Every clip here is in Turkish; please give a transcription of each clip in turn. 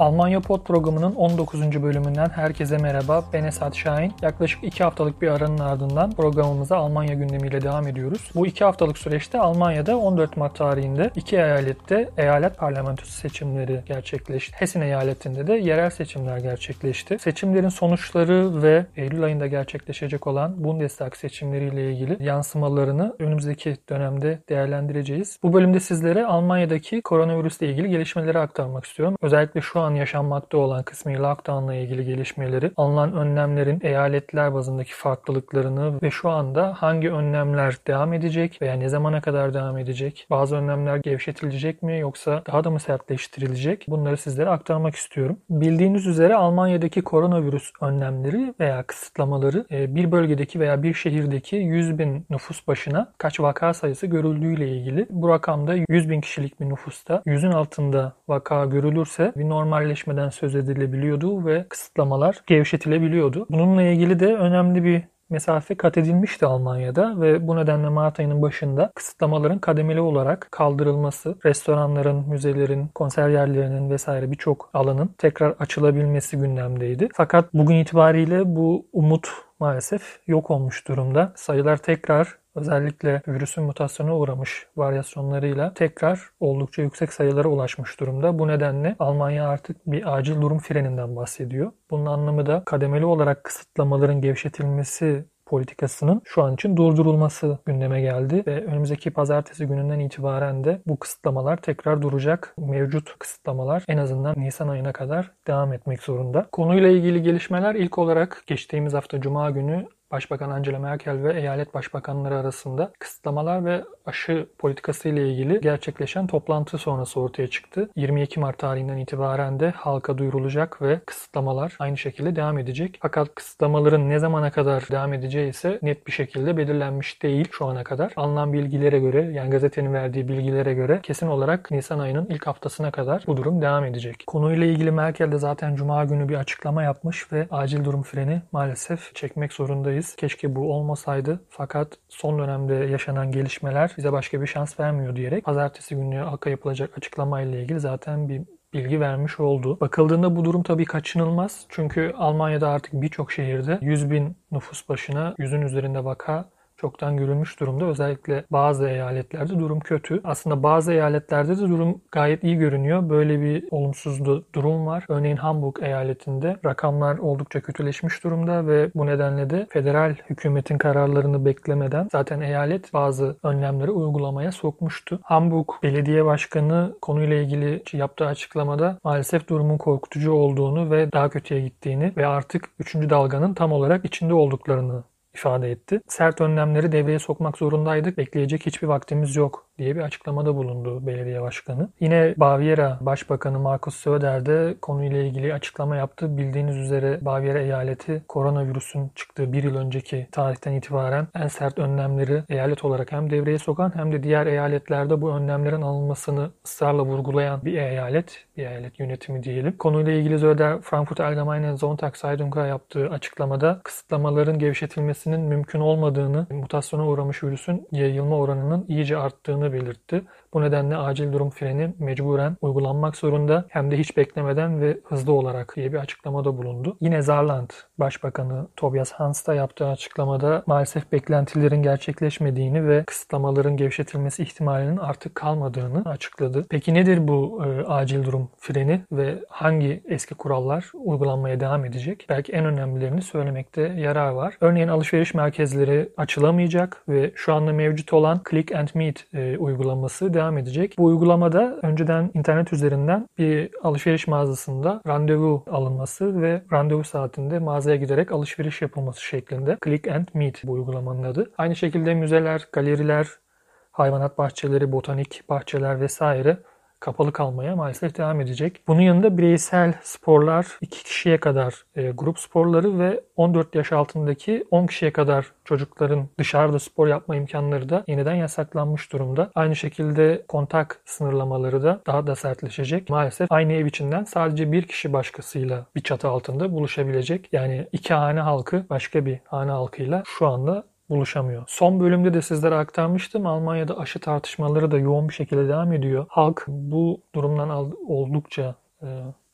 Almanya Pod programının 19. bölümünden herkese merhaba. Ben Esat Şahin. Yaklaşık 2 haftalık bir aranın ardından programımıza Almanya gündemiyle devam ediyoruz. Bu 2 haftalık süreçte Almanya'da 14 Mart tarihinde 2 eyalette eyalet parlamentosu seçimleri gerçekleşti. Hessen eyaletinde de yerel seçimler gerçekleşti. Seçimlerin sonuçları ve Eylül ayında gerçekleşecek olan Bundestag seçimleriyle ilgili yansımalarını önümüzdeki dönemde değerlendireceğiz. Bu bölümde sizlere Almanya'daki koronavirüsle ilgili gelişmeleri aktarmak istiyorum. Özellikle şu an yaşanmakta olan kısmi lockdown'la ilgili gelişmeleri, alınan önlemlerin eyaletler bazındaki farklılıklarını ve şu anda hangi önlemler devam edecek veya ne zamana kadar devam edecek, bazı önlemler gevşetilecek mi yoksa daha da mı sertleştirilecek, bunları sizlere aktarmak istiyorum. Bildiğiniz üzere Almanya'daki koronavirüs önlemleri veya kısıtlamaları bir bölgedeki veya bir şehirdeki 100.000 nüfus başına kaç vaka sayısı görüldüğüyle ilgili. Bu rakamda 100.000 kişilik bir nüfusta 100'ün altında vaka görülürse bir normalleşmeden söz edilebiliyordu ve kısıtlamalar gevşetilebiliyordu. Bununla ilgili de önemli bir mesafe kat edilmişti Almanya'da ve bu nedenle Mart ayının başında kısıtlamaların kademeli olarak kaldırılması, restoranların, müzelerin, konser yerlerinin vesaire birçok alanın tekrar açılabilmesi gündemdeydi. Fakat bugün itibariyle bu umut maalesef yok olmuş durumda. Sayılar tekrar özellikle virüsün mutasyona uğramış varyasyonlarıyla tekrar oldukça yüksek sayılara ulaşmış durumda. Bu nedenle Almanya artık bir acil durum freninden bahsediyor. Bunun anlamı da kademeli olarak kısıtlamaların gevşetilmesi politikasının şu an için durdurulması gündeme geldi ve önümüzdeki pazartesi gününden itibaren de bu kısıtlamalar tekrar duracak. Mevcut kısıtlamalar en azından Nisan ayına kadar devam etmek zorunda. Konuyla ilgili gelişmeler ilk olarak geçtiğimiz hafta Cuma günü Başbakan Angela Merkel ve eyalet başbakanları arasında kısıtlamalar ve aşı politikası ile ilgili gerçekleşen toplantı sonrası ortaya çıktı. 22 Mart tarihinden itibaren de halka duyurulacak ve kısıtlamalar aynı şekilde devam edecek. Fakat kısıtlamaların ne zamana kadar devam edeceği ise net bir şekilde belirlenmiş değil şu ana kadar. Alınan bilgilere göre, yani gazetenin verdiği bilgilere göre kesin olarak Nisan ayının ilk haftasına kadar bu durum devam edecek. Konuyla ilgili Merkel de zaten Cuma günü bir açıklama yapmış ve acil durum freni maalesef çekmek zorundayız. Keşke bu olmasaydı fakat son dönemde yaşanan gelişmeler bize başka bir şans vermiyor diyerek pazartesi günü halka yapılacak açıklamayla ilgili zaten bir bilgi vermiş oldu. Bakıldığında bu durum tabii kaçınılmaz. Çünkü Almanya'da artık birçok şehirde 100.000 nüfus başına 100'ün üzerinde vaka çoktan görülmüş durumda. Özellikle bazı eyaletlerde durum kötü. Aslında bazı eyaletlerde de durum gayet iyi görünüyor. Böyle bir olumsuz durum var. Örneğin Hamburg eyaletinde rakamlar oldukça kötüleşmiş durumda ve bu nedenle de federal hükümetin kararlarını beklemeden zaten eyalet bazı önlemleri uygulamaya sokmuştu. Hamburg Belediye Başkanı konuyla ilgili yaptığı açıklamada maalesef durumun korkutucu olduğunu ve daha kötüye gittiğini ve artık 3. dalganın tam olarak içinde olduklarını ifade etti. Sert önlemleri devreye sokmak zorundaydık. Bekleyecek hiçbir vaktimiz yok diye bir açıklamada bulundu belediye başkanı. Yine Bavyera Başbakanı Markus Söder de konuyla ilgili açıklama yaptı. Bildiğiniz üzere Bavyera eyaleti koronavirüsün çıktığı bir yıl önceki tarihten itibaren en sert önlemleri eyalet olarak hem devreye sokan hem de diğer eyaletlerde bu önlemlerin alınmasını ısrarla vurgulayan bir eyalet yönetimi diyelim. Konuyla ilgili Söder Frankfurt Allgemeine Sonntagszeitunga yaptığı açıklamada kısıtlamaların gevşetilmesinin mümkün olmadığını, mutasyona uğramış virüsün yayılma oranının iyice arttığını belirtti. Bu nedenle acil durum freni mecburen uygulanmak zorunda hem de hiç beklemeden ve hızlı olarak diye bir açıklamada bulundu. Yine Saarland Başbakanı Tobias Hans da yaptığı açıklamada maalesef beklentilerin gerçekleşmediğini ve kısıtlamaların gevşetilmesi ihtimalinin artık kalmadığını açıkladı. Peki nedir bu acil durum freni ve hangi eski kurallar uygulanmaya devam edecek? Belki en önemlilerini söylemekte yarar var. Örneğin alışveriş merkezleri açılamayacak ve şu anda mevcut olan Click and Meet uygulaması devam edecek. Bu uygulamada önceden internet üzerinden bir alışveriş mağazasında randevu alınması ve randevu saatinde mağazaya giderek alışveriş yapılması şeklinde Click and Meet bu uygulamanın adı. Aynı şekilde müzeler, galeriler, hayvanat bahçeleri, botanik bahçeler vesaire kapalı kalmaya maalesef devam edecek. Bunun yanında bireysel sporlar 2 kişiye kadar grup sporları ve 14 yaş altındaki 10 kişiye kadar çocukların dışarıda spor yapma imkanları da yeniden yasaklanmış durumda. Aynı şekilde kontak sınırlamaları da daha da sertleşecek. Maalesef aynı ev içinden sadece bir kişi başkasıyla bir çatı altında buluşabilecek. Yani iki hane halkı başka bir hane halkıyla şu anda buluşamıyor. Son bölümde de sizlere aktarmıştım. Almanya'da aşı tartışmaları da yoğun bir şekilde devam ediyor. Halk bu durumdan oldukça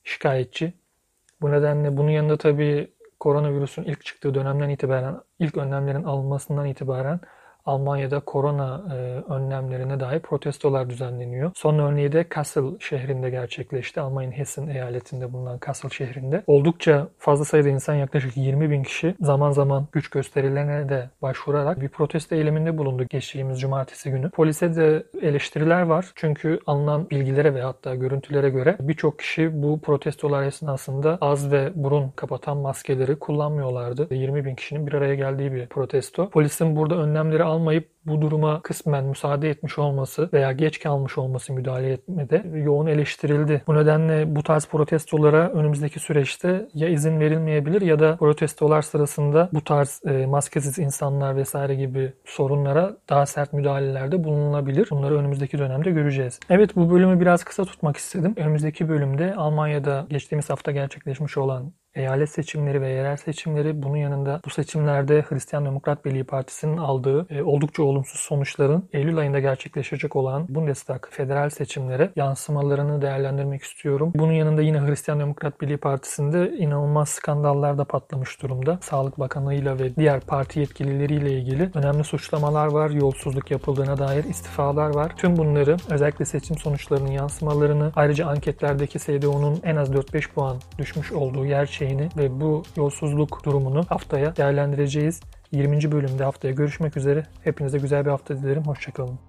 şikayetçi. Bu nedenle bunun yanında tabii koronavirüsün ilk çıktığı dönemden itibaren, ilk önlemlerin alınmasından itibaren Almanya'da korona önlemlerine dair protestolar düzenleniyor. Son örneği de Kassel şehrinde gerçekleşti. Almanya'nın Hessen eyaletinde bulunan Kassel şehrinde. Oldukça fazla sayıda insan, yaklaşık 20 bin kişi zaman zaman güç gösterilerine de başvurarak bir protesto eyleminde bulundu geçtiğimiz cumartesi günü. Polise de eleştiriler var. Çünkü alınan bilgilere ve hatta görüntülere göre birçok kişi bu protestolar esnasında ağız ve burun kapatan maskeleri kullanmıyorlardı. 20 bin kişinin bir araya geldiği bir protesto. Polisin burada önlemleri almayıp bu duruma kısmen müsaade etmiş olması veya geç kalmış olması müdahale etmede yoğun eleştirildi. Bu nedenle bu tarz protestolara önümüzdeki süreçte ya izin verilmeyebilir ya da protestolar sırasında bu tarz maskesiz insanlar vesaire gibi sorunlara daha sert müdahalelerde bulunulabilir. Bunları önümüzdeki dönemde göreceğiz. Evet, bu bölümü biraz kısa tutmak istedim. Önümüzdeki bölümde Almanya'da geçtiğimiz hafta gerçekleşmiş olan eyalet seçimleri ve yerel seçimleri, bunun yanında bu seçimlerde Hristiyan Demokrat Birliği Partisi'nin aldığı oldukça olumsuz sonuçların Eylül ayında gerçekleşecek olan Bundestag federal seçimlere yansımalarını değerlendirmek istiyorum. Bunun yanında yine Hristiyan Demokrat Birliği Partisi'nde inanılmaz skandallar da patlamış durumda. Sağlık Bakanı'yla ve diğer parti yetkilileriyle ilgili önemli suçlamalar var. Yolsuzluk yapıldığına dair istifalar var. Tüm bunları, özellikle seçim sonuçlarının yansımalarını, ayrıca anketlerdeki SDO'nun en az 4-5 puan düşmüş olduğu gerçeğini ve bu yolsuzluk durumunu haftaya değerlendireceğiz. 20. bölümde haftaya görüşmek üzere. Hepinize güzel bir hafta dilerim. Hoşça kalın.